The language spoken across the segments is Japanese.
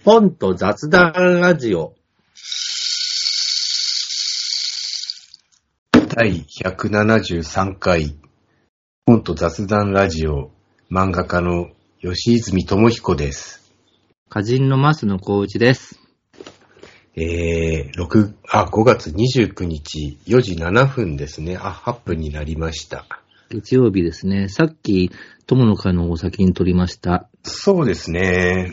本と雑談ラジオ第173回本と雑談ラジオ、漫画家の吉泉智彦です。 歌人の増野幸一です。 5月29日4時7分ですね。8分になりました。 月曜日ですね。さっき友の会の方を先に撮りました。 そうですね。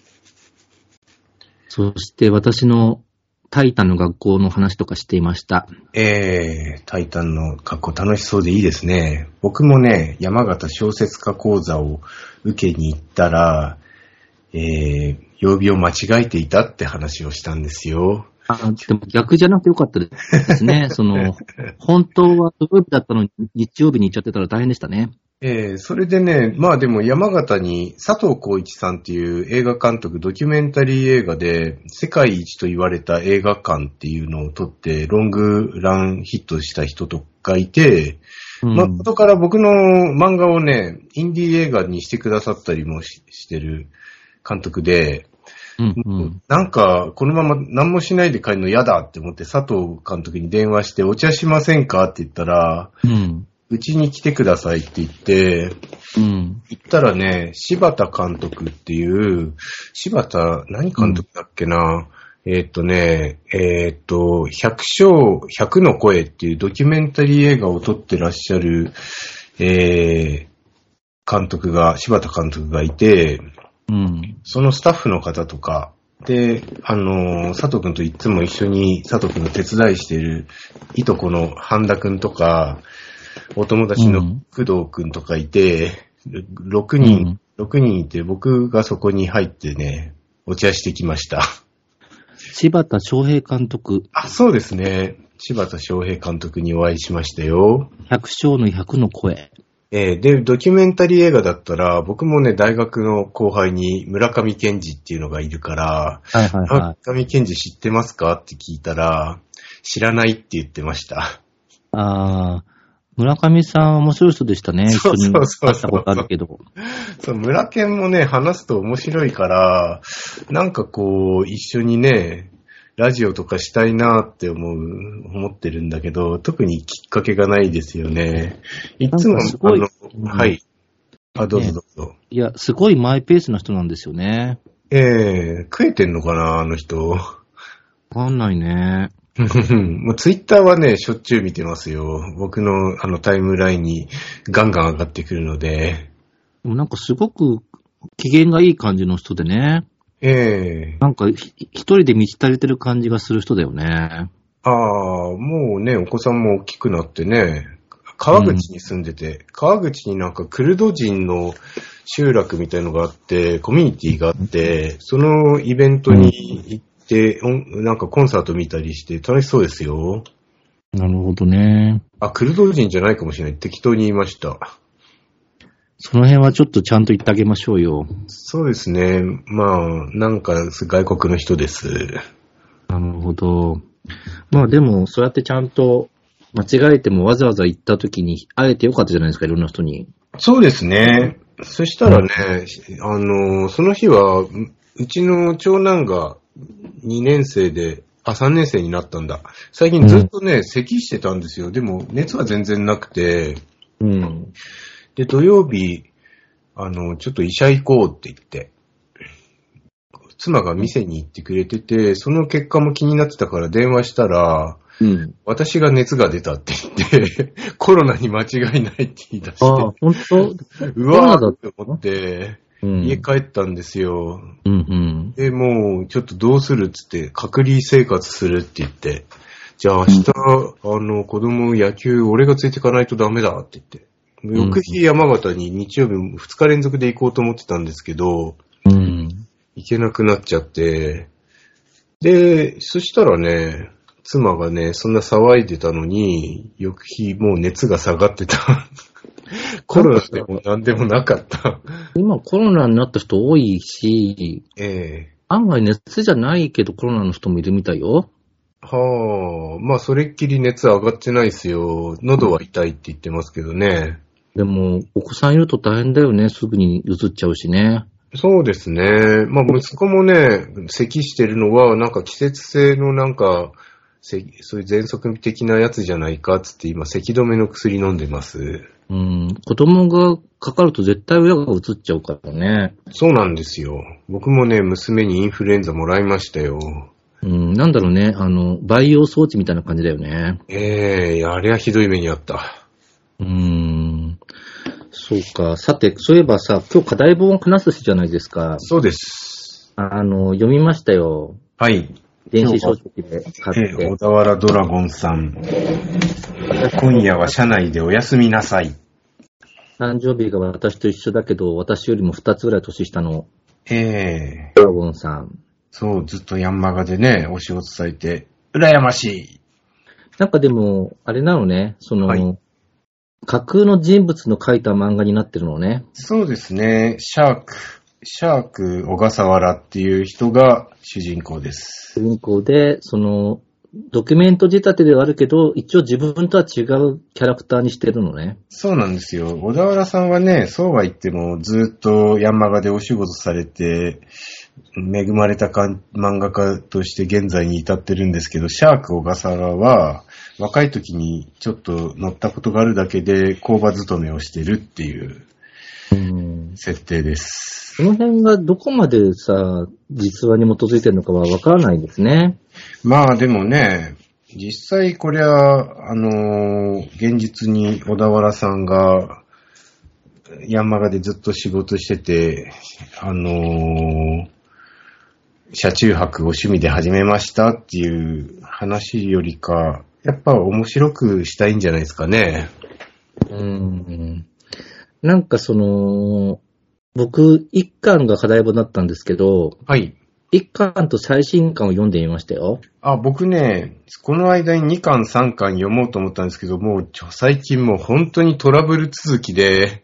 そして私のタイタンの学校の話とかしていました。 タイタンの学校楽しそうでいいですね。僕もね、山形小説家講座を受けに行ったら、曜日を間違えていたって話をしたんですよ。 でも逆じゃなくてよかったですね。本当は土曜日だったのに日曜日に行っちゃってたら大変でしたね。 それでね、まあでも山形に佐藤浩市さんっていう映画監督、ドキュメンタリー映画で世界一と言われた映画館っていうのを撮ってロングランヒットした人とかいて、まあ後から僕の漫画をね、インディー映画にしてくださったりもしてる監督で、なんかこのまま何もしないで帰るの嫌だって思って佐藤監督に電話してお茶しませんかって言ったら、うちに来てくださいって言って、行ったらね、柴田監督っていう、柴田、何監督だっけな、100の声っていうドキュメンタリー映画を撮ってらっしゃる、柴田監督がいて、そのスタッフの方とか、で、佐藤くんといつも一緒に佐藤くんの手伝いしているいとこの半田くんとか、お友達の工藤くんとかいて、6人いて、僕がそこに入ってね、お茶してきました。 柴田翔平監督。 そうですね。柴田翔平監督にお会いしましたよ。 百姓の100の声。 で、ドキュメンタリー映画だったら、僕もね、大学の後輩に村上健二っていうのがいるから、村上健二知ってますかって聞いたら、知らないって言ってました。 村上さんは面白い人でしたね。 そう。 会ったことあるけど。 そう、村健もね、話すと面白いから、なんかこう、一緒にね、ラジオとかしたいなって思ってるんだけど、特にきっかけがないですよね。いつも、はい。どうぞどうぞ。 いや、すごいマイペースな人なんですよね。 食えてんのかな、あの人。 わかんないね。 もうツイッターはね、しょっちゅう見てますよ。僕のタイムラインにガンガン上がってくるので。 でもなんかすごく機嫌がいい感じの人でね。なんか一人で満ち足りてる感じがする人だよね。 もうね、お子さんも大きくなってね、川口に住んでて、川口になんかクルド人の集落みたいのがあって、コミュニティがあって、そのイベントに行って、なんかコンサート見たりして楽しそうですよ。 なるほどね。 クルド人じゃないかもしれない。適当に言いました。 その辺はちょっとちゃんと言ってあげましょうよ。 そうですね。まあ、なんか外国の人です。 なるほど。まあでも、そうやってちゃんと間違えてもわざわざ行った時に会えてよかったじゃないですか、いろんな人に。 そうですね。そしたらね、その日は、うちの長男が2年生で、3年生になったんだ。最近ずっとね、咳してたんですよ。でも、熱は全然なくて、で、土曜日、ちょっと医者行こうって言って、妻が店に行ってくれてて、その結果も気になってたから電話したら、私が熱が出たって言って、コロナに間違いないって言い出して、 本当？ うわーって思って、家帰ったんですよ。で、もう、ちょっとどうするっつって、隔離生活するって言って、じゃあ明日、子供野球俺がついてかないとダメだって言って、翌日山形に日曜日2日連続で行こうと思ってたんですけど、行けなくなっちゃって、で、そしたらね、妻がね、そんな騒いでたのに、翌日もう熱が下がってた。コロナでも何でもなかった。 今コロナになった人多いし、案外熱じゃないけどコロナの人もいるみたいよ。 まあそれっきり熱上がってないですよ。喉は痛いって言ってますけどね。 でも、お子さんいると大変だよね。すぐに移っちゃうしね。 そうですね。まあ、息子もね、咳してるのは、なんか季節性のなんか、そういう喘息的なやつじゃないかっつって今、咳止めの薬飲んでます。 子供がかかると絶対親が移っちゃうからね。 そうなんですよ。僕もね、娘にインフルエンザもらいましたよ。 なんだろうね。培養装置みたいな感じだよね。 あれはひどい目にあった。 そうか。さて、そういえばさ、今日課題本を話す日じゃないですか。 そうです。 読みましたよ。 はい。 電子書籍で買って。 小田原ドラゴンさん。今夜は社内でお休みなさい。 誕生日が私と一緒だけど、私よりも2つぐらい年下のドラゴンさん。 そう、ずっとヤンマガでね、お仕事されて、羨ましい。 なんかでも、あれなのね、 はい、 架空の人物の書いた漫画になってるのね。 そうですね、シャーク小笠原っていう人が主人公です。 主人公で、ドキュメント仕立てではあるけど、一応自分とは違うキャラクターにしてるのね。 そうなんですよ。小田原さんはね、そうは言ってもずっとヤンマガでお仕事されて、恵まれた漫画家として現在に至ってるんですけど、シャーク小笠原は若い時にちょっと乗ったことがあるだけで工場勤めをしてるっていう設定です。 この辺がどこまでさ、実話に基づいてるのかはわからないですね。 まあでもね、実際これは、現実に小田原さんがヤンマガでずっと仕事してて、車中泊を趣味で始めましたっていう話よりか、やっぱ面白くしたいんじゃないですかね。 なんか僕、一巻が課題本だったんですけど、 はい。 一巻と最新巻を読んでみましたよ。 僕ね、この間に2巻3巻読もうと思ったんですけど、もう最近もう本当にトラブル続きで、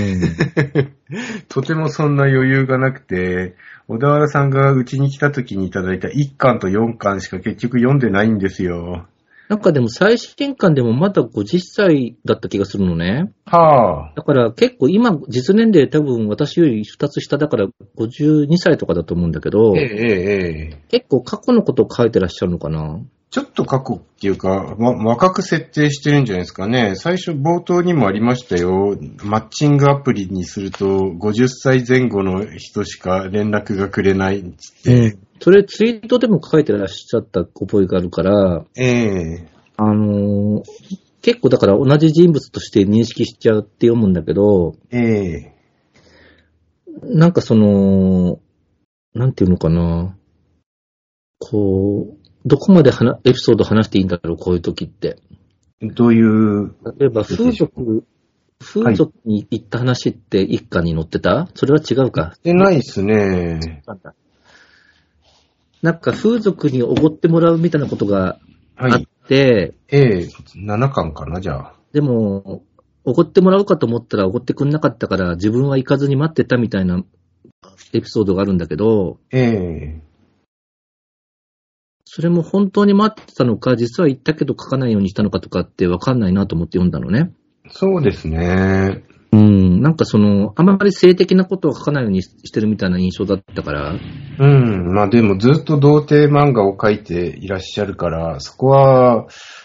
とてもそんな余裕がなくて、小田原さんがうちに来た時にいただいた1巻と4巻しか結局読んでないんですよ。 なんかでも最新巻でもまだ50歳だった気がするのね。 はあ。 だから結構今実年齢多分私より2つ下だから52歳とかだと思うんだけど、結構過去のことを書いてらっしゃるのかな。 ちょっと過去っていうか、若く設定してるんじゃないですかね。最初冒頭にもありましたよ。マッチングアプリにすると50歳前後の人しか連絡がくれないっつって。 それツイートでも書いてらっしゃった覚えがあるから、結構だから同じ人物として認識しちゃうって読むんだけど、なんかなんていうのかな、どこまでエピソード話していいんだろう、こういう時って。 どういう。 例えば風俗に行った話って一家に載ってた？それは違うか。 載ってないですね。 なんか風俗におごってもらうみたいなことがあって、 7巻かな、じゃあ。 でも、おごってもらおうかと思ったらおごってくんなかったから自分は行かずに待ってたみたいなエピソードがあるんだけど、それも本当に待ってたのか、実は言ったけど書かないようにしたのかとかってわかんないなと思って読んだのね。 そうですね。 なんかあまり性的なことを書かないようにしてるみたいな印象だったから。 まあでもずっと童貞漫画を描いていらっしゃるから、そこは、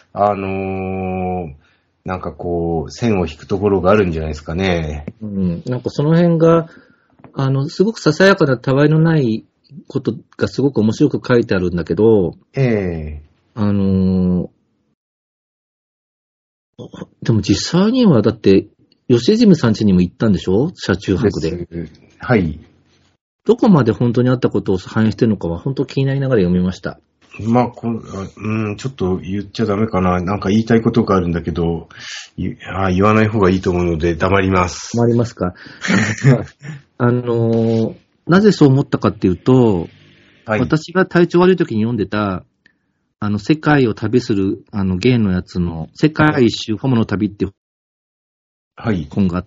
なんか線を引くところがあるんじゃないですかね。 なんかその辺が、すごくささやかなたわいのないことがすごく面白く書いてあるんだけど、でも実際にはだって、吉住さん家にも行ったんでしょ？車中泊で。 はい。 どこまで本当にあったことを反映してるのかは本当気になりながら読みました。 まあ、ちょっと言っちゃダメかな。なんか言いたいことがあるんだけど、言わない方がいいと思うので黙ります。 黙りますか。なぜそう思ったかっていうと、私が体調悪い時に読んでた、世界を旅する、ゲイのやつの、世界一周ホモの旅って本があって、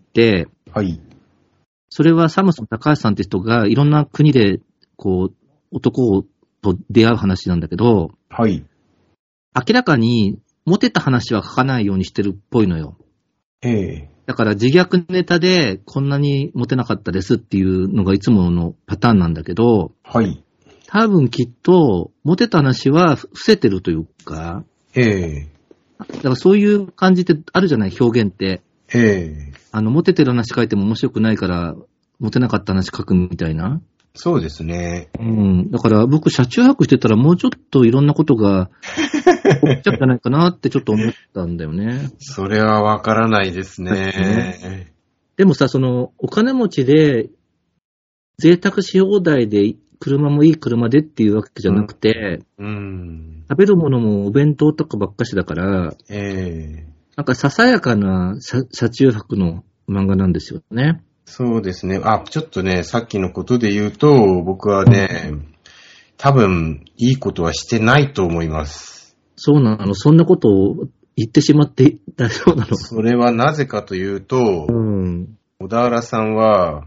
それはサムソン高橋さんって人がいろんな国で、男と出会う話なんだけど、明らかにモテた話は書かないようにしてるっぽいのよ。 だから自虐ネタでこんなにモテなかったですっていうのがいつものパターンなんだけど、 はい。 多分きっとモテた話は伏せてるというか、だからそういう感じってあるじゃない、表現って。モテてる話書いても面白くないから、モテなかった話書くみたいな。 そうですね。 だから僕、車中泊してたらもうちょっといろんなことが起きちゃったんじゃないかなってちょっと思ったんだよね。 それはわからないですね。 でもさ、お金持ちで、贅沢し放題で、車もいい車でっていうわけじゃなくて、食べるものもお弁当とかばっかしだから、なんかささやかな車中泊の漫画なんですよね。 そうですね。ちょっとね、さっきのことで言うと、僕はね、多分、いいことはしてないと思います。 そうなの？そんなことを言ってしまって大丈夫なの？ それはなぜかというと、小田原さんは、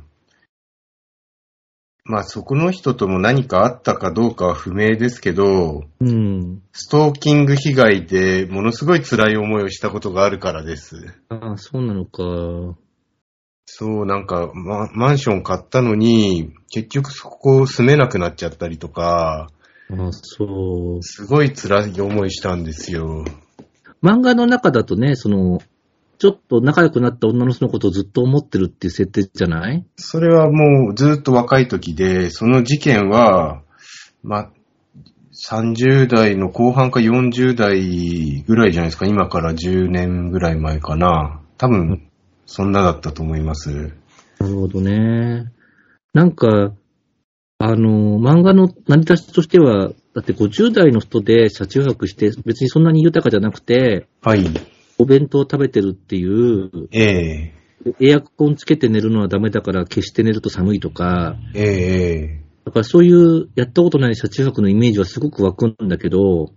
そこの人とも何かあったかどうかは不明ですけど、ストーキング被害でものすごい辛い思いをしたことがあるからです。 そうなのか。 そう、なんか、マンション買ったのに、結局そこ住めなくなっちゃったりとか、 そう。 すごい辛い思いしたんですよ。 漫画の中だとね、ちょっと仲良くなった女の人のことをずっと思ってるっていう設定じゃない？ それはもうずっと若い時で、その事件は、30代の後半か40代ぐらいじゃないですか。今から10年ぐらい前かな。多分、そんなだったと思います。 なるほどね。なんか、漫画の成り立ちとしては、だって50代の人で車中泊して、別にそんなに豊かじゃなくて、お弁当を食べてるっていう、エアコンつけて寝るのはダメだから消して寝ると寒いとか、だからそういうやったことない車中泊のイメージはすごく湧くんだけど、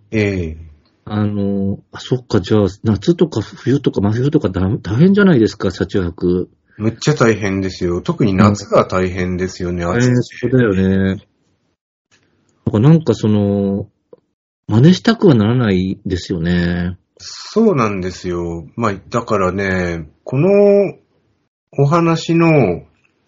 そっか、じゃあ、夏とか冬とか真冬とか大変じゃないですか、車中泊。 むっちゃ大変ですよ。特に夏が大変ですよね、 そうだよね。なんか真似したくはならないですよね。 そうなんですよ。だからね、このお話の、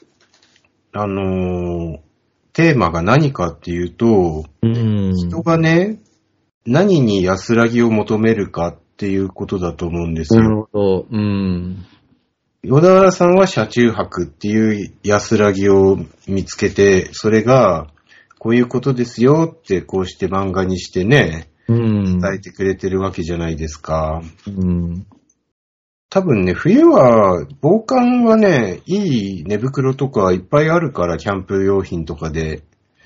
テーマが何かっていうと、人がね、何に安らぎを求めるかっていうことだと思うんですよ。 なるほど。 小田原さんは車中泊っていう安らぎを見つけて、それがこういうことですよってこうして漫画にしてね、伝えてくれてるわけじゃないですか。多分ね、冬は、防寒はね、いい寝袋とかいっぱいあるから、キャンプ用品とかで。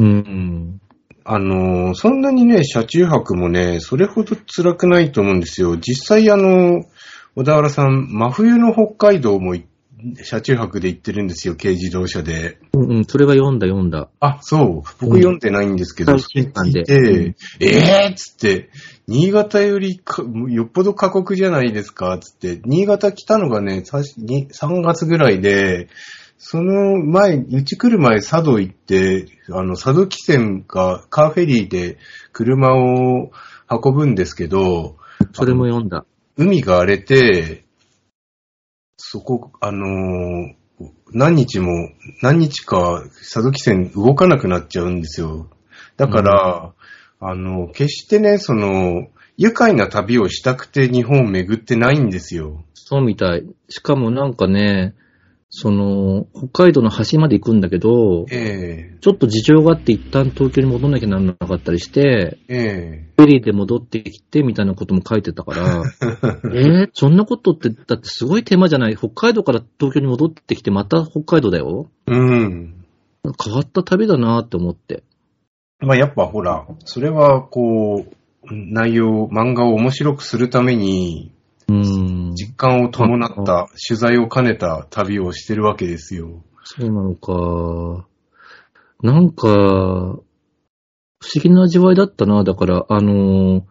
そんなにね、車中泊もね、それほど辛くないと思うんですよ。実際小田原さん、真冬の北海道も車中泊で行ってるんですよ、軽自動車で。 それは読んだ。 そう。僕読んでないんですけど、 聞いて、っつって、新潟よりよっぽど過酷じゃないですか、つって。新潟来たのがね、3月ぐらいで、その前、うち来る前、佐渡行って、佐渡汽船か、カーフェリーで車を運ぶんですけど、 それも読んだ。 海が荒れて、そこ、何日か佐渡汽船動かなくなっちゃうんですよ。だから、決してね、愉快な旅をしたくて日本を巡ってないんですよ。 そうみたい。しかもなんかね、北海道の端まで行くんだけど、ちょっと事情があって一旦東京に戻んなきゃならなかったりして、フェリーで戻ってきてみたいなことも書いてたから、そんなことってだってすごい手間じゃない？北海道から東京に戻ってきてまた北海道だよ。変わった旅だなって思って。 やっぱほら、それはこう、漫画を面白くするために、実感を伴った取材を兼ねた旅をしてるわけですよ。 そうなのか。なんか、不思議な味わいだったな。だから、例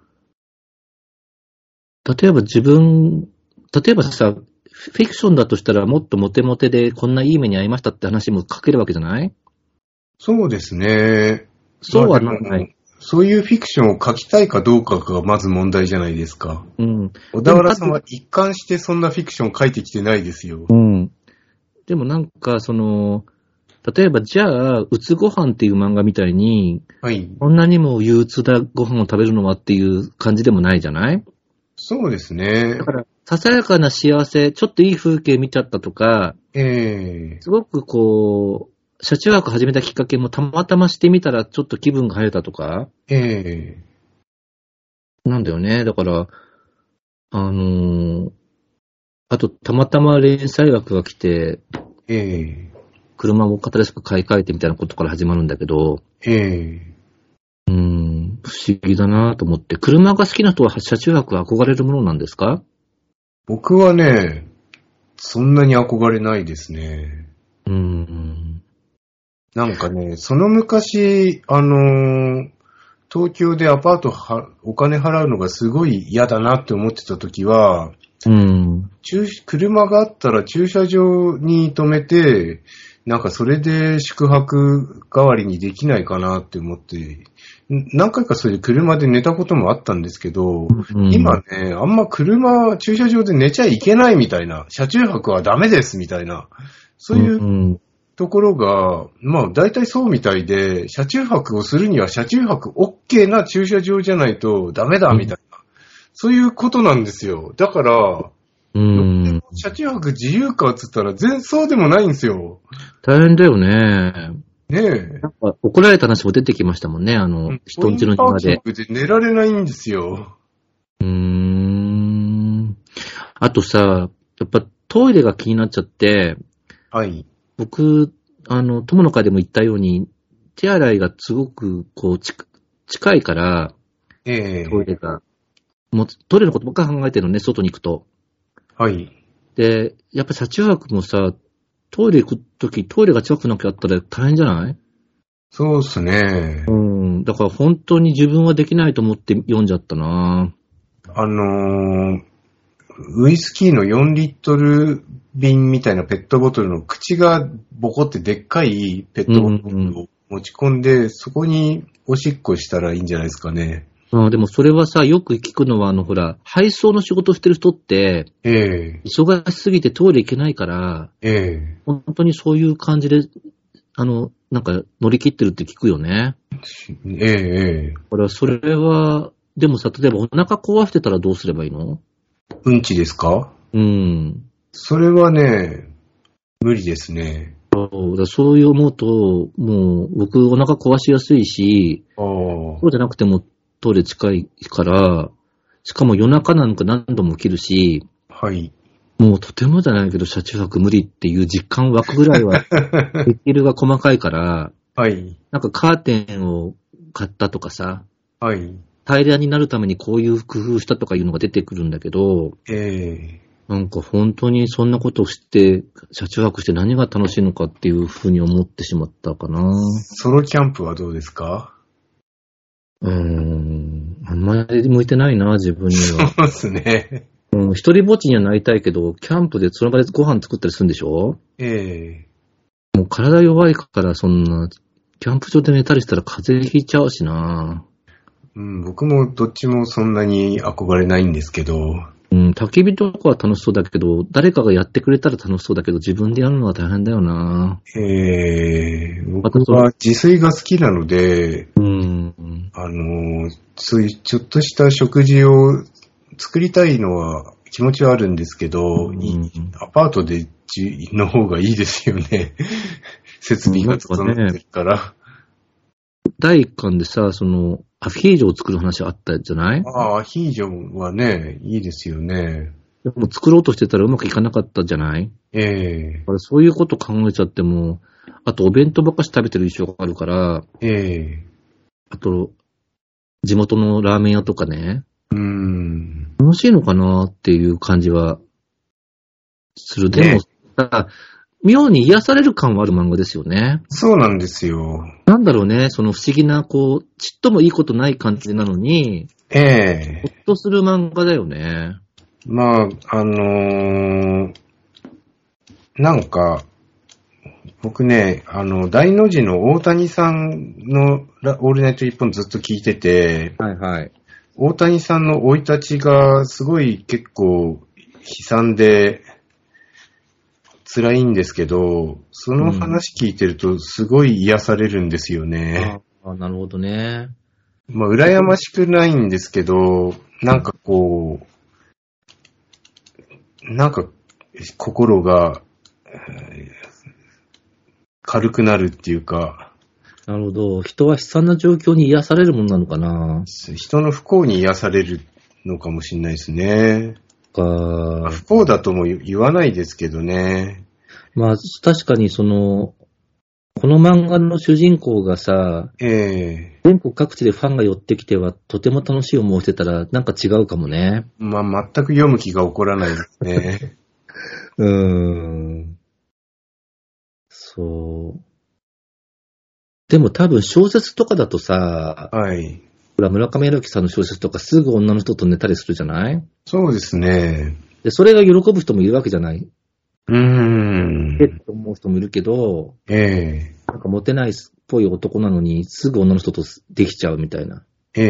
えばさ、フィクションだとしたらもっとモテモテでこんないい目に遭いましたって話も書けるわけじゃない？ そうですね。 そうはならない。 そういうフィクションを書きたいかどうかがまず問題じゃないですか。 うん。 小田原さんは一貫してそんなフィクション書いてきてないですよ。 うん。でもなんか、例えば、じゃあ、うつご飯っていう漫画みたいに、 はい。 こんなにも憂鬱だご飯を食べるのはっていう感じでもないじゃない？ そうですね。 だから、ささやかな幸せ、ちょっといい風景見ちゃったとか、すごくこう、車中泊始めたきっかけもたまたましてみたらちょっと気分が晴れたとか、なんだよね。だから、あと、たまたま連載枠が来て、車を新しく買い替えてみたいなことから始まるんだけど、不思議だなと思って。車が好きな人は車中泊は憧れるものなんですか？ 僕はね、そんなに憧れないですね。なんかね、その昔、東京でアパートお金払うのがすごい嫌だなって思ってた時は、車があったら駐車場に止めて、なんかそれで宿泊代わりにできないかなって思って、何回かそれで車で寝たこともあったんですけど、今ね、あんま駐車場で寝ちゃいけないみたいな、車中泊はダメですみたいな、そういうところが、まあ大体そうみたいで、車中泊をするには車中泊 OK な駐車場じゃないとダメだみたいな、そういうことなんですよ。だから、車中泊自由かって言ったらそうでもないんですよ。 大変だよね。 ねえ。 なんか怒られた話も出てきましたもんね、人んちの庭で。 で寝られないんですよ。 あとさ、やっぱトイレが気になっちゃって、 はい。 僕、友の会でも言ったように、手洗いがすごく、こう、近いから、トイレが。もう、トイレのことばっかり考えてるのね、外に行くと。 はい。 で、やっぱ車中泊もさ、トイレ行くとき、トイレが近くなきゃあったら大変じゃない？ そうっすね。 だから本当に自分はできないと思って読んじゃったな。 ウイスキーの4リットル瓶みたいなペットボトルの口がボコってでっかいペットボトルを持ち込んで、そこにおしっこしたらいいんじゃないですかね。 でもそれはさ、よく聞くのは、ほら、配送の仕事してる人って、忙しすぎてトイレ行けないから、本当にそういう感じで、なんか乗り切ってるって聞くよね。だからそれは、でもさ、例えばお腹壊してたらどうすればいいの？ うんちですか？それはね、無理ですね。 そういう思うと、もう僕お腹壊しやすいし、そうじゃなくてもトイレ近いから、しかも夜中なんか何度も起きるし、 はい。 もうとてもじゃないけど車中泊無理っていう実感湧くぐらいは、できるが細かいから、 はい。 なんかカーテンを買ったとかさ、 はい。 平らになるためにこういう工夫したとかいうのが出てくるんだけど、なんか本当にそんなことをして、車中泊して何が楽しいのかっていうふうに思ってしまったかな。 ソロキャンプはどうですか？ あんまり向いてないな、自分には。 そうですね。 一人ぼっちにはなりたいけど、キャンプでその場でご飯作ったりするんでしょ？もう体弱いから、そんな、キャンプ場で寝たりしたら風邪ひいちゃうしな。 僕もどっちもそんなに憧れないんですけど。 焚き火とかは楽しそうだけど、誰かがやってくれたら楽しそうだけど、自分でやるのは大変だよな。 僕は自炊が好きなので、そういうちょっとした食事を作りたいのは気持ちはあるんですけど、アパートでの方がいいですよね。設備が整ってるから。 第一巻でさ、アヒージョを作る話あったじゃない？ アヒージョはね、いいですよね。 でも作ろうとしてたらうまくいかなかったじゃない？そういうこと考えちゃっても、あとお弁当ばっかし食べてる印象があるから、あと、地元のラーメン屋とかね、楽しいのかなっていう感じはする。でも、妙に癒される感はある漫画ですよね。 そうなんですよ。 なんだろうね、その不思議な、こう、ちっともいいことない感じなのに、ほっとする漫画だよね。 まあ、なんか、 僕ね、大の字の大谷さんのオールナイトニッポンずっと聞いてて、 はいはい。 大谷さんの生い立ちがすごい結構悲惨で辛いんですけど、その話聞いてるとすごい癒されるんですよね。 なるほどね。 まあ、羨ましくないんですけど、なんかこう、なんか心が軽くなるっていうか、 なるほど。人は悲惨な状況に癒されるものなのかな。 人の不幸に癒されるのかもしれないですね。不幸だとも言わないですけどね。 まあ、確かにこの漫画の主人公がさ、全国各地でファンが寄ってきては、とても楽しい思いをしてたら、なんか違うかもね。 まあ、全く読む気が起こらないですね。 そう。でも多分小説とかだとさ、 はい。 村上春樹さんの小説とかすぐ女の人と寝たりするじゃない？ そうですね。 で、それが喜ぶ人もいるわけじゃない？って思う人もいるけど、なんかモテないっぽい男なのにすぐ女の人とできちゃうみたいな。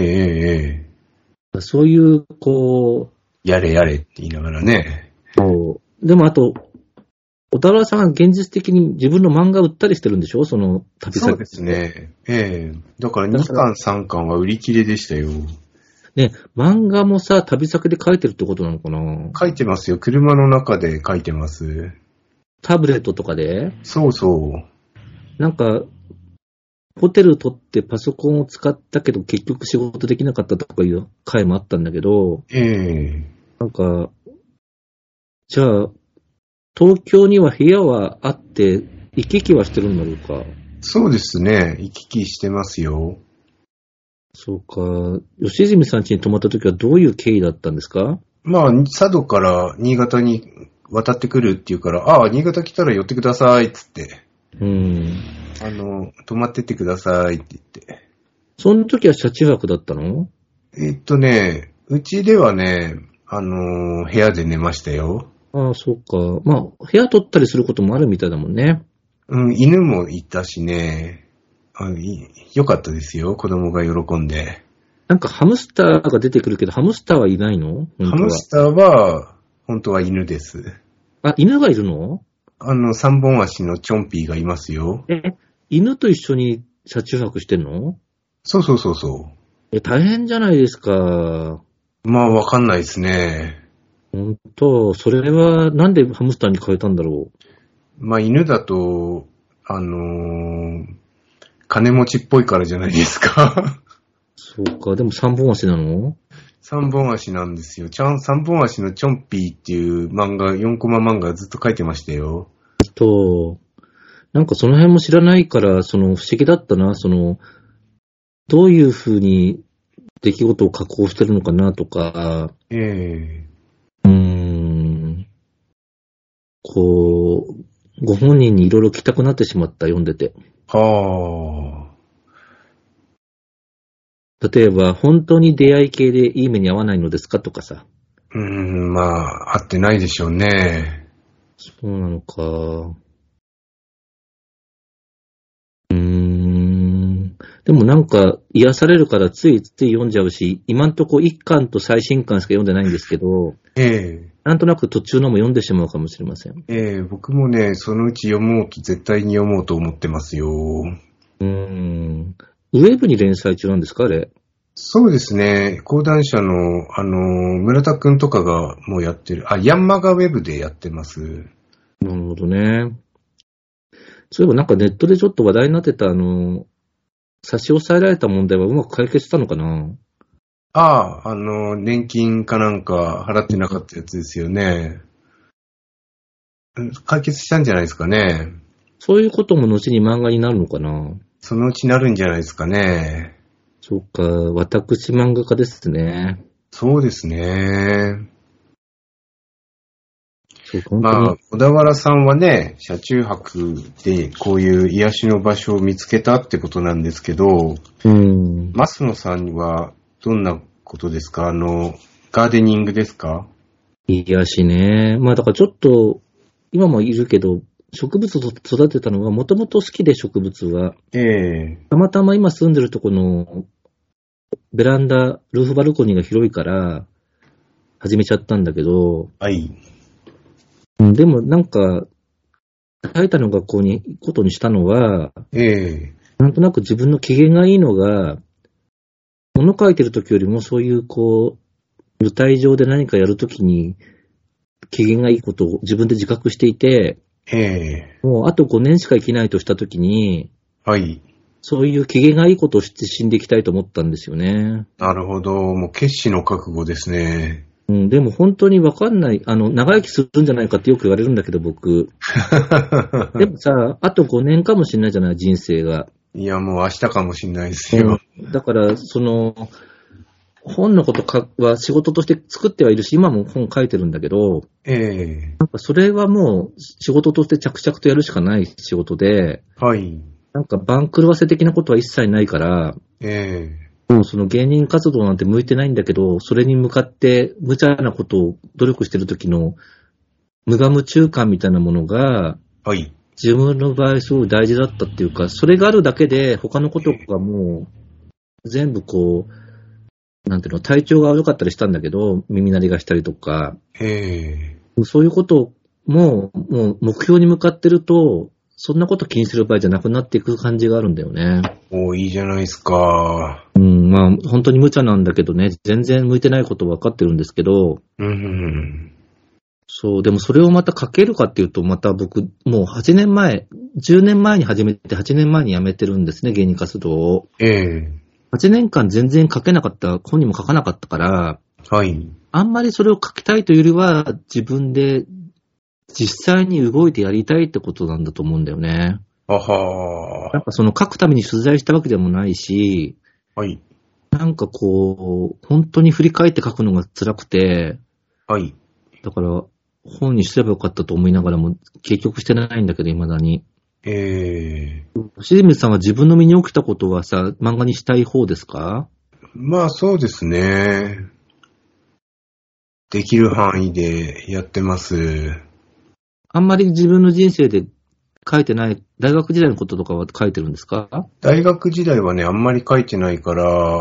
そういう、こう。 やれやれって言いながらね。 そう。でもあと、小田原さんが現実的に自分の漫画売ったりしてるんでしょ？その旅先。 そうですね。だから2巻3巻は売り切れでしたよ。 ね、漫画もさ、旅先で書いてるってことなのかな？ 書いてますよ。車の中で書いてます。 タブレットとかで？ そうそう。 なんか、ホテル取ってパソコンを使ったけど結局仕事できなかったとかいう回もあったんだけど、なんか、じゃあ、東京には部屋はあって、行き来はしてるんだろうか？ そうですね。行き来してますよ。 そうか。吉住さん家に泊まった時はどういう経緯だったんですか？ まあ、佐渡から新潟に渡ってくるっていうから、ああ、新潟来たら寄ってくださいっつって。泊まってってくださいって言って。 その時は車中泊だったの？ うちではね、部屋で寝ましたよ。 ああ、そうか。まあ、部屋取ったりすることもあるみたいだもんね。 犬もいたしね。よかったですよ。子供が喜んで。 なんかハムスターが出てくるけど、ハムスターはいないの？ ハムスターは、本当は犬です。 あ、犬がいるの？ 三本足のチョンピーがいますよ。 犬と一緒に車中泊してんの？ そうそうそうそう。 大変じゃないですか。 まあ、わかんないですね。 本当、それはなんでハムスターに変えたんだろう。 まあ、犬だと、金持ちっぽいからじゃないですか。 そうか、でも三本足なの？ 三本足なんですよ。三本足のチョンピーっていう漫画、4コマ漫画ずっと書いてましたよ。 なんかその辺も知らないから、不思議だったな、どういう風に出来事を加工してるのかなとか、ご本人にいろいろ聞きたくなってしまった、読んでて。例えば、本当に出会い系でいい目に遭わないのですかとかさ。 まあ、合ってないでしょうね。 そうなのか。でもなんか癒されるからついつい読んじゃうし、今んとこ1巻と最新巻しか読んでないんですけど、なんとなく途中のも読んでしまうかもしれません。 僕もね、そのうち絶対に読もうと思ってますよ。 ウェブに連載中なんですか、あれ？ そうですね。講談社の、村田くんとかがもうやってる。ヤンマガウェブでやってます。 なるほどね。そういえばなんかネットでちょっと話題になってた差し押さえられた問題はうまく解決したのかな？ 年金かなんか払ってなかったやつですよね。解決したんじゃないですかね。 そういうことも後に漫画になるのかな？ そのうちなるんじゃないですかね。 そうか、私漫画家ですね。 そうですね。まあ、小田原さんはね、車中泊でこういう癒しの場所を見つけたってことなんですけど、増野さんはどんなことですか？ガーデニングですか？ 癒しね。まあだからちょっと、今もいるけど、 植物を育てたのは、もともと好きで植物は。 えたまたま今住んでるとこの、ベランダ、ルーフバルコニーが広いから、始めちゃったんだけど、 はい。 でもなんか、書いたの学校に行くことにしたのは、なんとなく自分の機嫌がいいのが、物書いてる時よりもそういう舞台上で何かやるときに、機嫌がいいことを自分で自覚していて、もうあと5年しか生きないとしたときに、 はい。 そういう機嫌がいいことをして死んでいきたいと思ったんですよね。 なるほど。もう決死の覚悟ですね。 でも本当にわかんない。長生きするんじゃないかってよく言われるんだけど、僕。でもさ、あと5年かもしれないじゃない、人生が。 いや、もう明日かもしれないですよ。 だから、本のことは仕事として作ってはいるし、今も本書いてるんだけど、なんかそれはもう仕事として着々とやるしかない仕事で、 はい。 なんか番狂わせ的なことは一切ないから、もうその芸人活動なんて向いてないんだけど、それに向かって無茶なことを努力してる時の無我夢中感みたいなものが、 はい。 自分の場合すごい大事だったっていうか、それがあるだけで他のことがもう全部なんていうの、体調が悪かったりしたんだけど、耳鳴りがしたりとか、そういうこともう目標に向かってると、そんなこと気にする場合じゃなくなっていく感じがあるんだよね。 いいじゃないですか。 まあ本当に無茶なんだけどね、全然向いてないこと分かってるんですけど、そう、でもそれをまた書けるかっていうと、また僕、もう8年前、10年前に始めて8年前に辞めてるんですね、芸人活動を。8年間全然書けなかった、本にも書かなかったから、 はい。あんまりそれを書きたいというよりは、自分で実際に動いてやりたいってことなんだと思うんだよね。なんか書くために取材したわけでもないし、 はい。 なんか本当に振り返って書くのが辛くて、 はい。 だから本にすればよかったと思いながらも結局してないんだけど、未だに。清水さんは自分の身に起きたことはさ、漫画にしたい方ですか？ まあそうですね。できる範囲でやってます。 あんまり自分の人生で書いてない、大学時代のこととかは書いてるんですか？ 大学時代はね、あんまり書いてないから、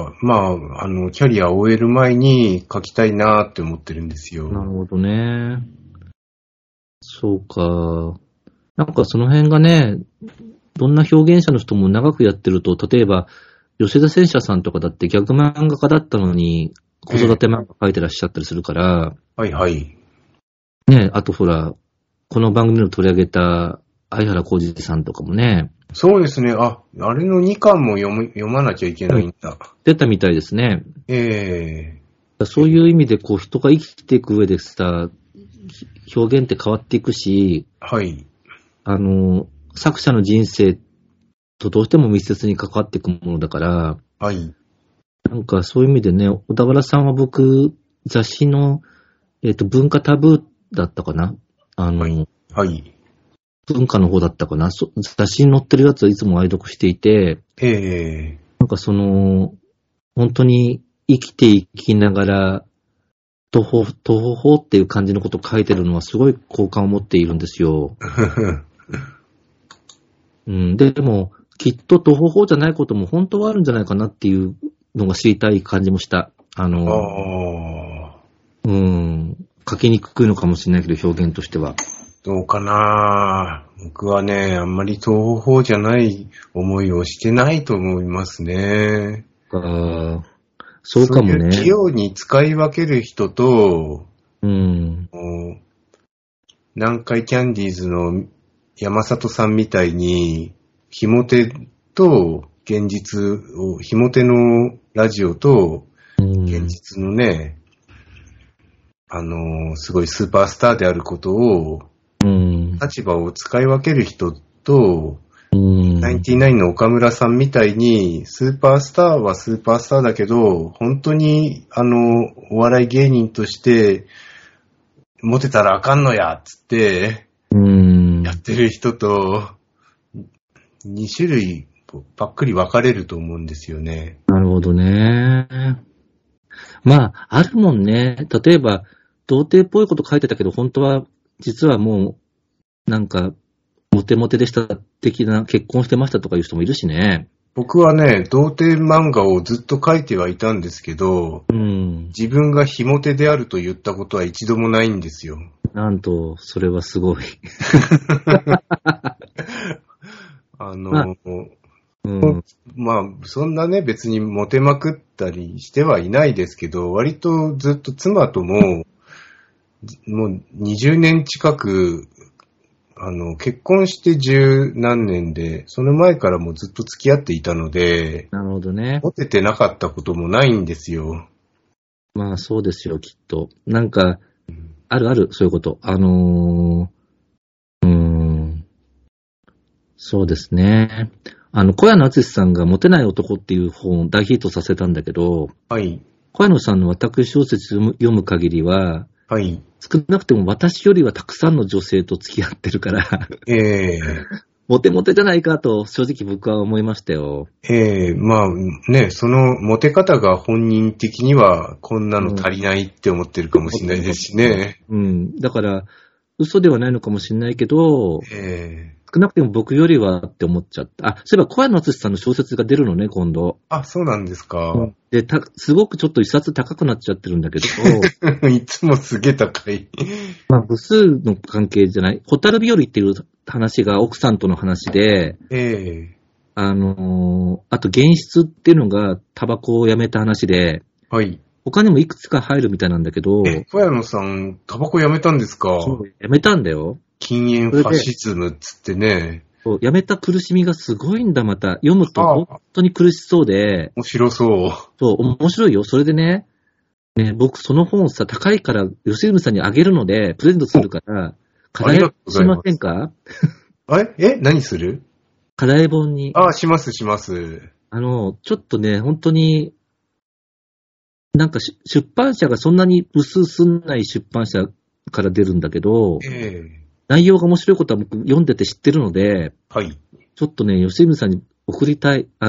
まあ、キャリアを終える前に書きたいなって思ってるんですよ。 なるほどね。そうか。なんかその辺がね、どんな表現者の人も長くやってると、例えば、吉田戦車さんとかだってギャグ漫画家だったのに、子育て漫画書いてらっしゃったりするから、 はいはい。 ね、あとほら、この番組の取り上げた相原浩二さんとかもね。 そうですね。あれの2巻も読まなきゃいけないんだ。 出たみたいですね。そういう意味で人が生きていく上でさ、表現って変わっていくし、 はい。 作者の人生とどうしても密接に関わっていくものだから、 はい。 なんかそういう意味でね、小田原さんは僕、雑誌の、文化タブーだったかな？ はい。はい。 文化の方だったかな？雑誌に載ってるやつはいつも愛読していて、なんか本当に生きていきながら、途方っていう感じのことを書いてるのはすごい好感を持っているんですよ。でも、きっと途方じゃないことも本当はあるんじゃないかなっていうのが知りたい感じもした。書きにくいのかもしれないけど、表現としては。 どうかな？僕はね、あんまり東方じゃない思いをしてないと思いますね。 そうかもね。 器用に使い分ける人と、南海キャンディーズの山里さんみたいに、ひも手と現実を、ひも手のラジオと現実のね、すごいスーパースターであることを、立場を使い分ける人と、ナインティナインの岡村さんみたいに、スーパースターはスーパースターだけど、本当に、お笑い芸人として、モテたらあかんのや、つって、やってる人と、2種類、ばっくり分かれると思うんですよね。 なるほどね。まあ、あるもんね。例えば、童貞っぽいこと書いてたけど、本当は、実はもう、なんか、 モテモテでした的な、結婚してましたとかいう人もいるしね。 僕はね、童貞漫画をずっと描いてはいたんですけど、自分がひも手であると言ったことは一度もないんですよ。 なんと、それはすごい。 まあ、そんなね、別にモテまくったりしてはいないですけど、割とずっと妻ともう20年近く、結婚して十何年で、その前からもうずっと付き合っていたので、 なるほどね。 モテてなかったこともないんですよ。 まあそうですよ、きっと。なんか、あるある、そういうこと。そうですね。小谷野敦さんがモテない男っていう本を大ヒットさせたんだけど、 はい。 小谷野さんの私小説読む限りは、 はい。 少なくても私よりはたくさんの女性と付き合ってるから、モテモテじゃないかと正直僕は思いましたよ。 まあね、そのモテ方が本人的にはこんなの足りないって思ってるかもしれないですしね。 だから嘘ではないのかもしれないけど、少なくても僕よりはって思っちゃった。そういえば小谷野敦さんの小説が出るのね、今度。 そうなんですか。 で、すごくちょっと一冊高くなっちゃってるんだけど。 いつもすげえ高い。 まあ、部数の関係じゃない。ホタル日和っていう話が奥さんとの話で、あと現実っていうのがタバコをやめた話で、 はい。 他にもいくつか入るみたいなんだけど。 小谷野さん、タバコやめたんですか？ そう、やめたんだよ。 禁煙ファシズムっつってね。 やめた苦しみがすごいんだ、また。読むと本当に苦しそうで。 面白そう。 そう、面白いよ。それでね、僕その本さ、高いから吉住さんにあげるので、プレゼントするから、課題しませんか？ 何する？ 課題本に。 します。ちょっとね、本当に、なんか出版社がそんなに部数すんない出版社から出るんだけど、内容が面白いことは僕読んでて知ってるので、 はい。 ちょっとね、吉村さんに送りたい。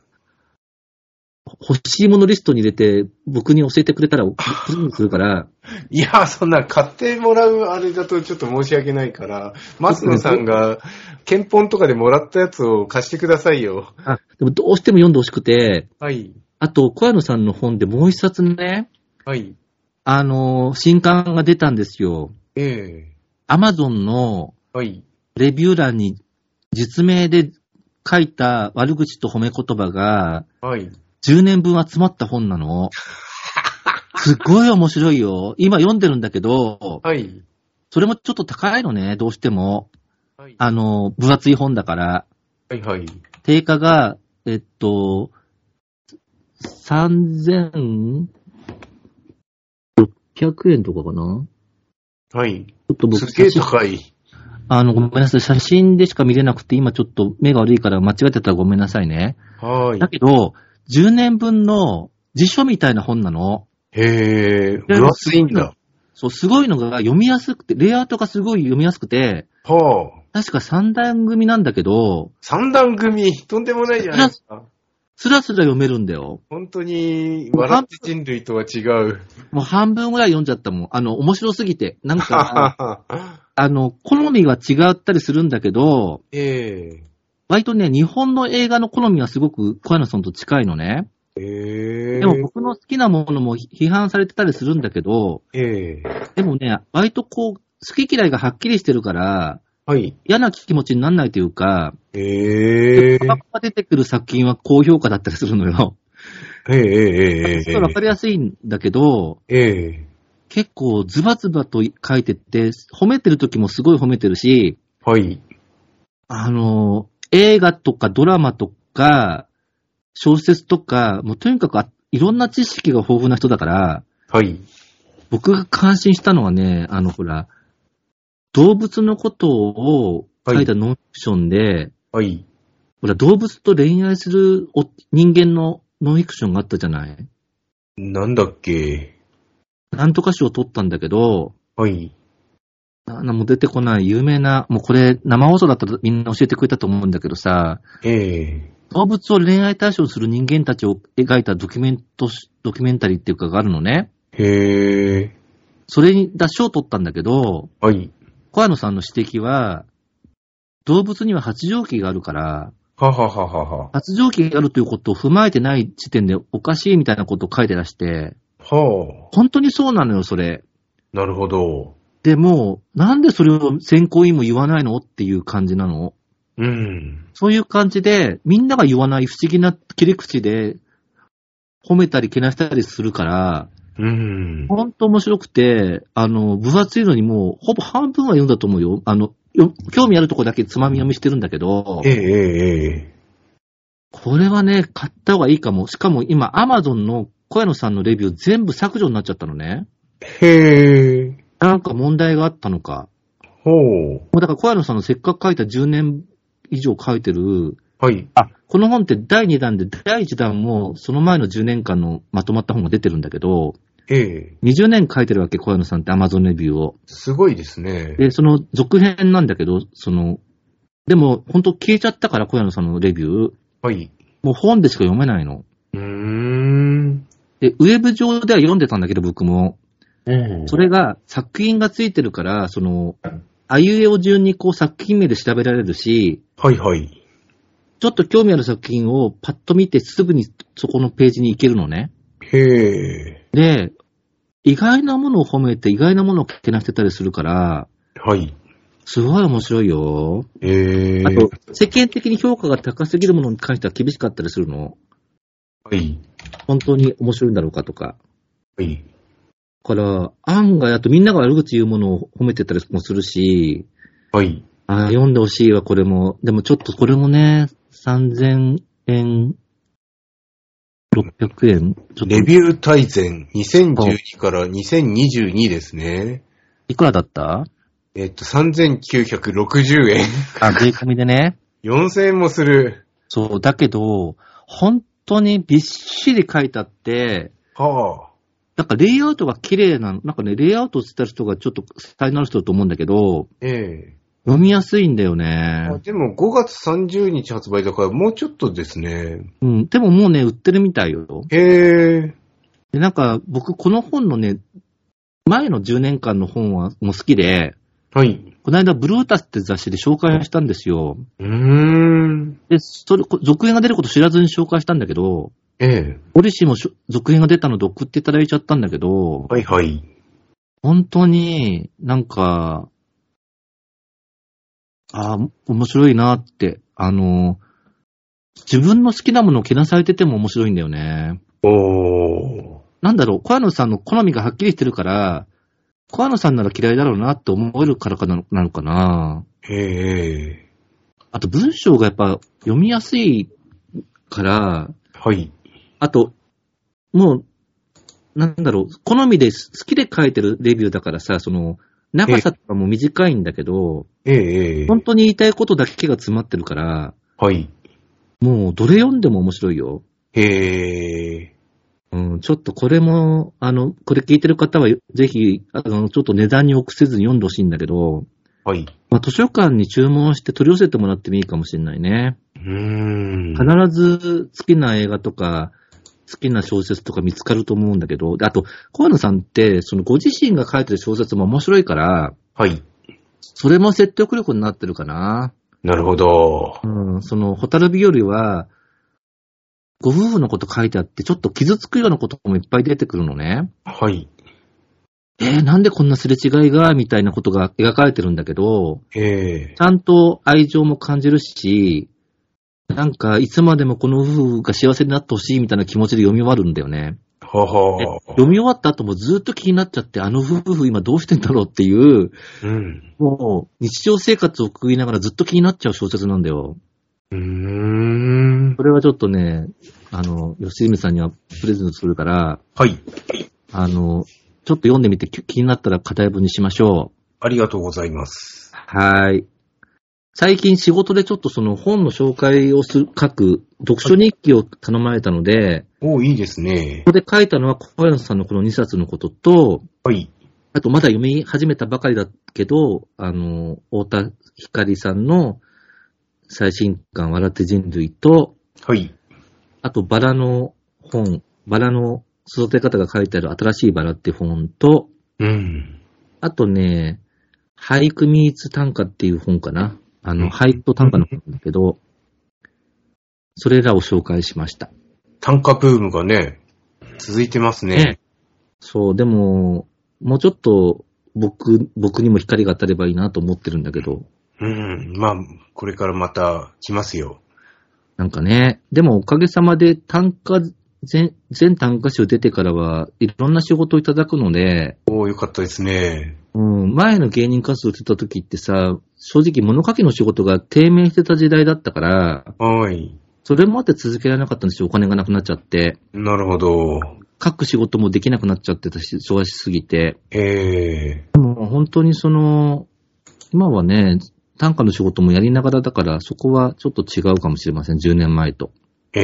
欲しいものリストに入れて、僕に教えてくれたら、プレゼントするから。 いや、そんな買ってもらうあれだとちょっと申し訳ないから、松野さんが、憲本とかでもらったやつを貸してくださいよ。 でもどうしても読んでほしくて、 はい。 あと、小谷野さんの本でもう一冊ね、 はい。 新刊が出たんですよ。アマゾンのレビュー欄に実名で書いた悪口と褒め言葉が10年分集まった本なの。すっごい面白いよ。今読んでるんだけど、それもちょっと高いのね、どうしても。分厚い本だから。定価が、3600円とかかな？ はい。 ちょっと僕すげえ高い。 ごめんなさい。写真でしか見れなくて、今ちょっと目が悪いから間違ってたらごめんなさいね。だけど、10年分の辞書みたいな本なの。 分厚いんだ。 そう、すごいのが読みやすくて、レイアウトがすごい読みやすくて、確か3段組なんだけど、 3段組とんでもないじゃないですか。 スラスラ読めるんだよ。 本当に、笑って人類とは違う。 もう半分ぐらい読んじゃったもん。面白すぎて。なんか、好みは違ったりするんだけど、割とね、日本の映画の好みはすごく小谷野さんと近いのね。でも僕の好きなものも批判されてたりするんだけど、でもね、割とこう、好き嫌いがはっきりしてるから、嫌な気持ちにならないというか、タバコが出てくる作品は高評価だったりするのよ。それわかりやすいんだけど、結構ズバズバと書いてて、褒めてる時もすごい褒めてるし、映画とかドラマとか、小説とか、もうとにかくいろんな知識が豊富な人だから、僕が感心したのはね、ほら、動物のことを書いたノンフィクションで、ほら、動物と恋愛する人間のノンフィクションがあったじゃない？ なんだっけ？ なんとか賞を取ったんだけど、もう出てこない有名な、もうこれ生放送だったらみんな教えてくれたと思うんだけどさ、動物を恋愛対象する人間たちを描いたドキュメンタリーっていうかがあるのね。それに賞を取ったんだけど、小谷野さんの指摘は、 動物には発情期があるから、 ははははは。 発情期があるということを踏まえてない時点でおかしいみたいなことを書いてらして、 はあ。 本当にそうなのよ、それ。 なるほど。 でも、なんでそれを選考委員も言わないのっていう感じなの。 うん。 そういう感じで、みんなが言わない不思議な切り口で、褒めたりけなしたりするから、本当面白くて、分厚いのにもう、ほぼ半分は読んだと思うよ。興味あるとこだけつまみ読みしてるんだけど、これはね、買った方がいいかも。しかも今、Amazon の小屋野さんのレビュー全部削除になっちゃったのね。 へー。 なんか問題があったのか。 ほう。 もうだから小屋野さんのせっかく書いた10年以上書いてる、 はい。 この本って第2弾で、第1弾もその前の10年間のまとまった本が出てるんだけど、20年書いてるわけ、小屋野さんって Amazon レビューを。 すごいですね。 で、その続編なんだけど、でも本当消えちゃったから、小屋野さんのレビュー。 はい。 もう本でしか読めないの。で、ウェブ上では読んでたんだけど、僕も。それが作品がついてるから、あいうえお順にこう作品名で調べられるし、 はいはい。 ちょっと興味ある作品をパッと見てすぐにそこのページに行けるのね。 へー。 で、意外なものを褒めて意外なものをけなしてたりするから、 はい。 すごい面白いよ。あと、世間的に評価が高すぎるものに関しては厳しかったりするの。 はい。 本当に面白いんだろうかとか。 はい。 だから、案外、あとみんなが悪口言うものを褒めてたりもするし、 はい。 読んでほしいわ、これも。でもちょっとこれもね、3000円、600円。ちょっとレビュー大全2012から2022ですね。 いくらだった？ 3960円。 税込みでね。 4000円もする。 そう、だけど、本当にびっしり書いてあって、 はあ。 なんかレイアウトが綺麗なの。なんかね、レイアウトしてた人がちょっと才能ある人だと思うんだけど、読みやすいんだよね。 でも5月30日発売だからもうちょっとですね。 うん、でももうね、売ってるみたいよ。で、なんか僕この本のね、前の10年間の本はもう好きで、 はい。 この間ブルータスって雑誌で紹介したんですよ。で、続編が出ること知らずに紹介したんだけど、ポリシーも続編が出たので送っていただいちゃったんだけど、 はいはい。 本当になんか、面白いなって、自分の好きなものをけなされてても面白いんだよね。なんだろう、小屋野さんの好みがはっきりしてるから、小屋野さんなら嫌いだろうなって思えるからなのかな。あと文章がやっぱ読みやすいから、 はい。 あと、もう、なんだろう、好みで好きで書いてるレビューだからさ、長さとかも短いんだけど、本当に言いたいことだけが詰まってるから、 はい。 もうどれ読んでも面白いよ。ちょっとこれも、これ聞いてる方はぜひ、ちょっと値段に臆せずに読んでほしいんだけど、 はい。 図書館に注文して取り寄せてもらってもいいかもしれないね。必ず好きな映画とか、好きな小説とか見つかると思うんだけど、あと、小野さんって、ご自身が書いてる小説も面白いから、 はい。 それも説得力になってるかな。 なるほど。 ホタル日和は、ご夫婦のこと書いてあって、ちょっと傷つくようなこともいっぱい出てくるのね。 はい。 なんでこんなすれ違いがみたいなことが描かれてるんだけど、ちゃんと愛情も感じるし、なんか、いつまでもこの夫婦が幸せになってほしいみたいな気持ちで読み終わるんだよね。読み終わった後もずっと気になっちゃって、あの夫婦今どうしてんだろうっていう、もう日常生活を送りながらずっと気になっちゃう小説なんだよ。それはちょっとね、吉住さんにはプレゼントするから、 はい。 ちょっと読んでみて気になったら課題文にしましょう。 ありがとうございます。 はい。最近仕事でちょっと本の紹介を書く読書日記を頼まれたので、 いいですね。 ここで書いたのは小山さんのこの2冊のことと、 はい。 あとまだ読み始めたばかりだけど、太田光さんの最新刊笑って人類と、 はい。あとバラの本、バラの育て方が書いてある新しいバラって本と、あとね、俳句ミーツ短歌っていう本かな。 俳句と短歌の本だけど、それらを紹介しました。 短歌ブームがね、続いてますね。 そう、でも、もうちょっと僕にも光が当たればいいなと思ってるんだけど。 まあ、これからまた来ますよ。 なんかね、でもおかげさまで全短歌集出てからはいろんな仕事をいただくので。 よかったですね。 前の芸人活動してた時ってさ、正直物書きの仕事が低迷してた時代だったから、 はい。 それもあって続けられなかったんですよ。お金がなくなっちゃって。 なるほど。 書く仕事もできなくなっちゃってたし、忙しすぎて。 でも本当に今はね、短歌の仕事もやりながらだから、そこはちょっと違うかもしれません。10年前と。い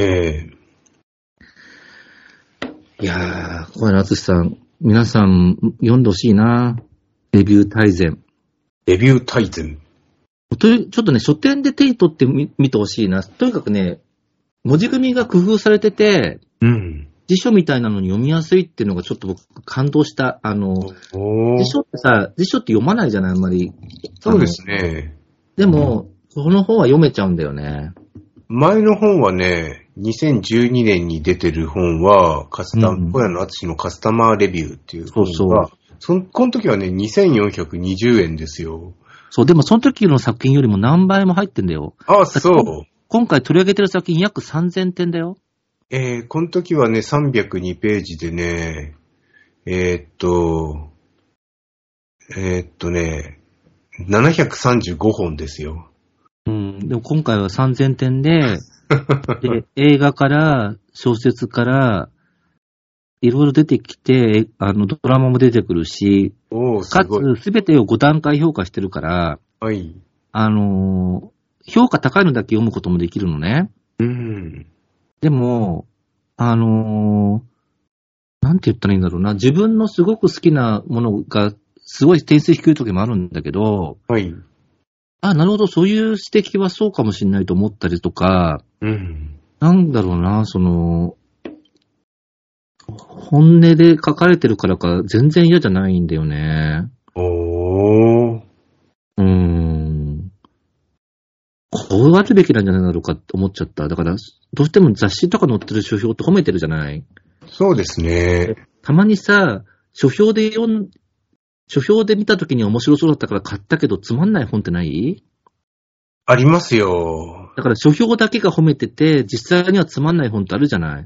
やー、小原敦さん、皆さん読んでほしいな。レビュー大全。 レビュー大全。 ちょっとね、書店で手に取って見てほしいな。とにかくね、文字組みが工夫されてて、辞書みたいなのに読みやすいっていうのがちょっと僕感動した。辞書って読まないじゃない、あんまり。 そうですね。 でも、この本は読めちゃうんだよね。 前の本はね、2012年に出てる本は、小屋の敦のカスタマーレビューっていう本が、この時はね、2420円ですよ。 そう、でもその時の作品よりも何倍も入ってんだよ。 そう。 今回取り上げてる作品約3000点だよ。 この時はね、302ページでね、735本ですよ。 でも今回は3000点で、映画から小説からいろいろ出てきて、ドラマも出てくるし、かつすべてを5段階評価してるから、 はい。 評価高いのだけ読むこともできるのね。でも、なんて言ったらいいんだろうな。自分のすごく好きなものがすごい点数低い時もあるんだけど、 はい。 なるほど、そういう指摘はそうかもしれないと思ったりとか、なんだろうな、本音で書かれてるからか全然嫌じゃないんだよね。こうあるべきなんじゃないだろうかって思っちゃった。だから、どうしても雑誌とか載ってる書評って褒めてるじゃない？ そうですね。 たまにさ、書評で見たときに面白そうだったから買ったけどつまんない本ってない？ ありますよ。 だから書評だけが褒めてて、実際にはつまんない本ってあるじゃない？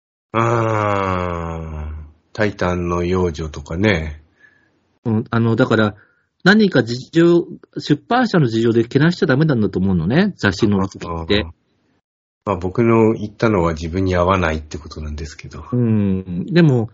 タイタンの幼女とかね。 だから、何か出版社の事情でけなしちゃダメなんだと思うのね、雑誌の時って。 僕の言ったのは自分に合わないってことなんですけど。 でも、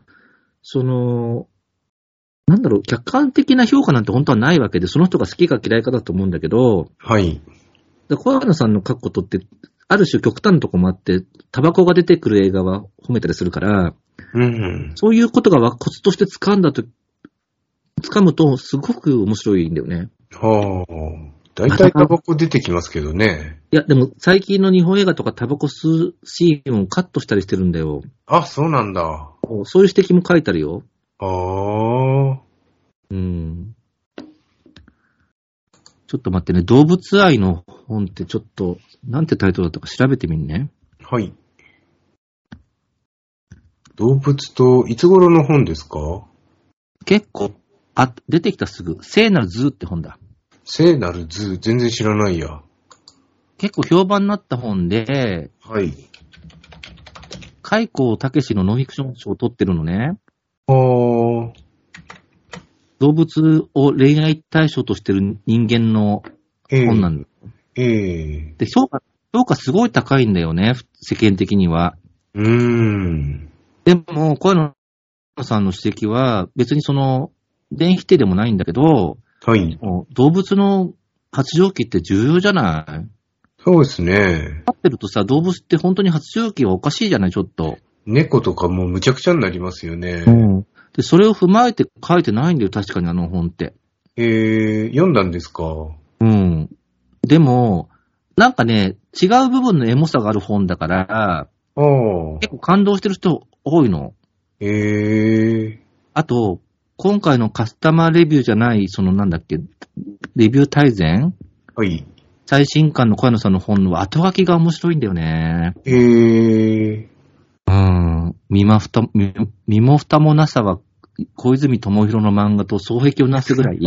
なんだろう、客観的な評価なんて本当はないわけで、その人が好きか嫌いかだと思うんだけど、 はい。 小原さんの書くことって、ある種極端なとこもあって、タバコが出てくる映画は褒めたりするから、そういうことがコツとして掴むとすごく面白いんだよね。 大体タバコ出てきますけどね。 いや、でも最近の日本映画とかタバコ吸うシーンをカットしたりしてるんだよ。 そうなんだ。 そういう指摘も書いてあるよ。ちょっと待ってね、動物愛の本ってちょっと、なんてタイトルだったか調べてみんね。 はい。動物と、いつ頃の本ですか？ 結構、出てきたすぐ、聖なるズーって本だ。 聖なるズー、全然知らないや。 結構評判になった本で、 はい。 海光武のノンフィクション賞を取ってるのね。動物を恋愛対象としてる人間の本なんだ。で、評価すごい高いんだよね、世間的には。でも、小山さんの指摘は、別に全否定でもないんだけど、 はい。 動物の発情期って重要じゃない？ そうですね。 飼ってるとさ、動物って本当に発情期はおかしいじゃない、ちょっと。 猫とかもむちゃくちゃになりますよね。 で、それを踏まえて書いてないんだよ、確かに本って。 読んだんですか？ でも、なんかね、違う部分のエモさがある本だから、結構感動してる人多いの。あと、今回のカスタマーレビューじゃない、なんだっけ、レビュー大全？ はい。 最新刊の小屋野さんの本の後書きが面白いんだよね。身も蓋もなさは小泉智弘の漫画と双璧をなすぐらい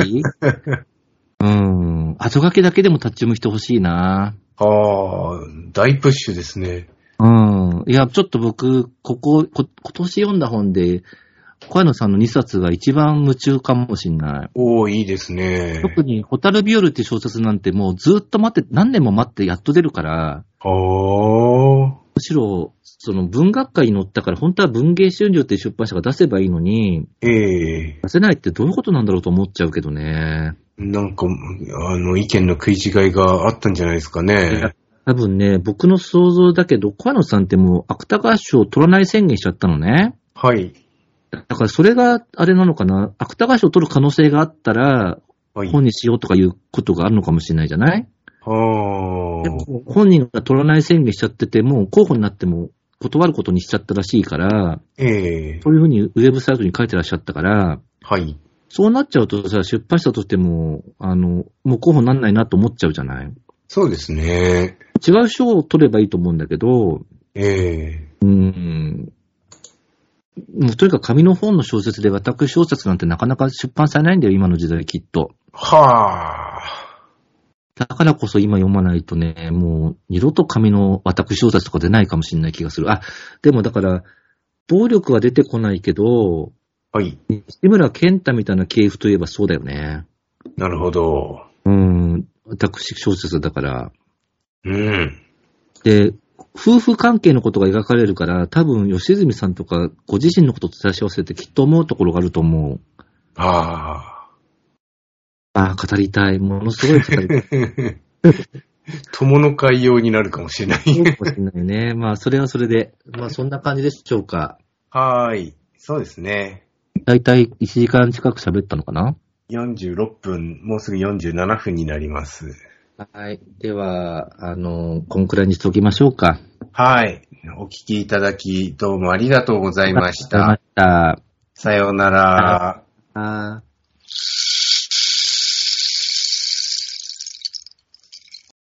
後書きだけでも立ち読みしてほしいな。 大プッシュですね。 いや、ちょっと僕、今年読んだ本で、小屋野さんの2冊が一番夢中かもしんない。 いいですね。 特に、ホタルビオルって小説なんてもうずっと待って、何年も待ってやっと出るから、むしろ、その文学界に載ったから、本当は文芸春秋っていう出版社が出せばいいのに、出せないってどういうことなんだろうと思っちゃうけどね。 なんか、意見の食い違いがあったんじゃないですかね。 多分ね、僕の想像だけど、小屋野さんってもう芥川賞を取らない宣言しちゃったのね。 はい。 だからそれがあれなのかな、芥川賞を取る可能性があったら、本にしようとかいうことがあるのかもしれないじゃない？でも本人が取らない宣言しちゃってて、もう候補になっても断ることにしちゃったらしいから、そういうふうにウェブサイトに書いてらっしゃったから、 はい。 そうなっちゃうとさ、出版社としても、もう候補にならないなと思っちゃうじゃない？ そうですね。 違う賞を取ればいいと思うんだけど、もうとにかく紙の本の小説で私小説なんてなかなか出版されないんだよ、今の時代きっと。だからこそ今読まないとね、もう二度と紙の私小説とか出ないかもしれない気がする。でもだから、暴力は出てこないけど、西村健太みたいな系譜といえばそうだよね。 なるほど。 私小説だから。で、夫婦関係のことが描かれるから、多分、吉住さんとか、ご自身のことと照らし合わせてきっと思うところがあると思う。語りたい。ものすごい語りたい。 友の会用になるかもしれない。 そうかもしれないね。まあ、それはそれで。まあ、そんな感じでしょうか。 そうですね。 だいたい1時間近く喋ったのかな？ 46分、もうすぐ47分になります。 はい。では、こんくらいにしておきましょうか。 はい。お聞きいただき、どうもありがとうございました。 さようなら。 さようなら。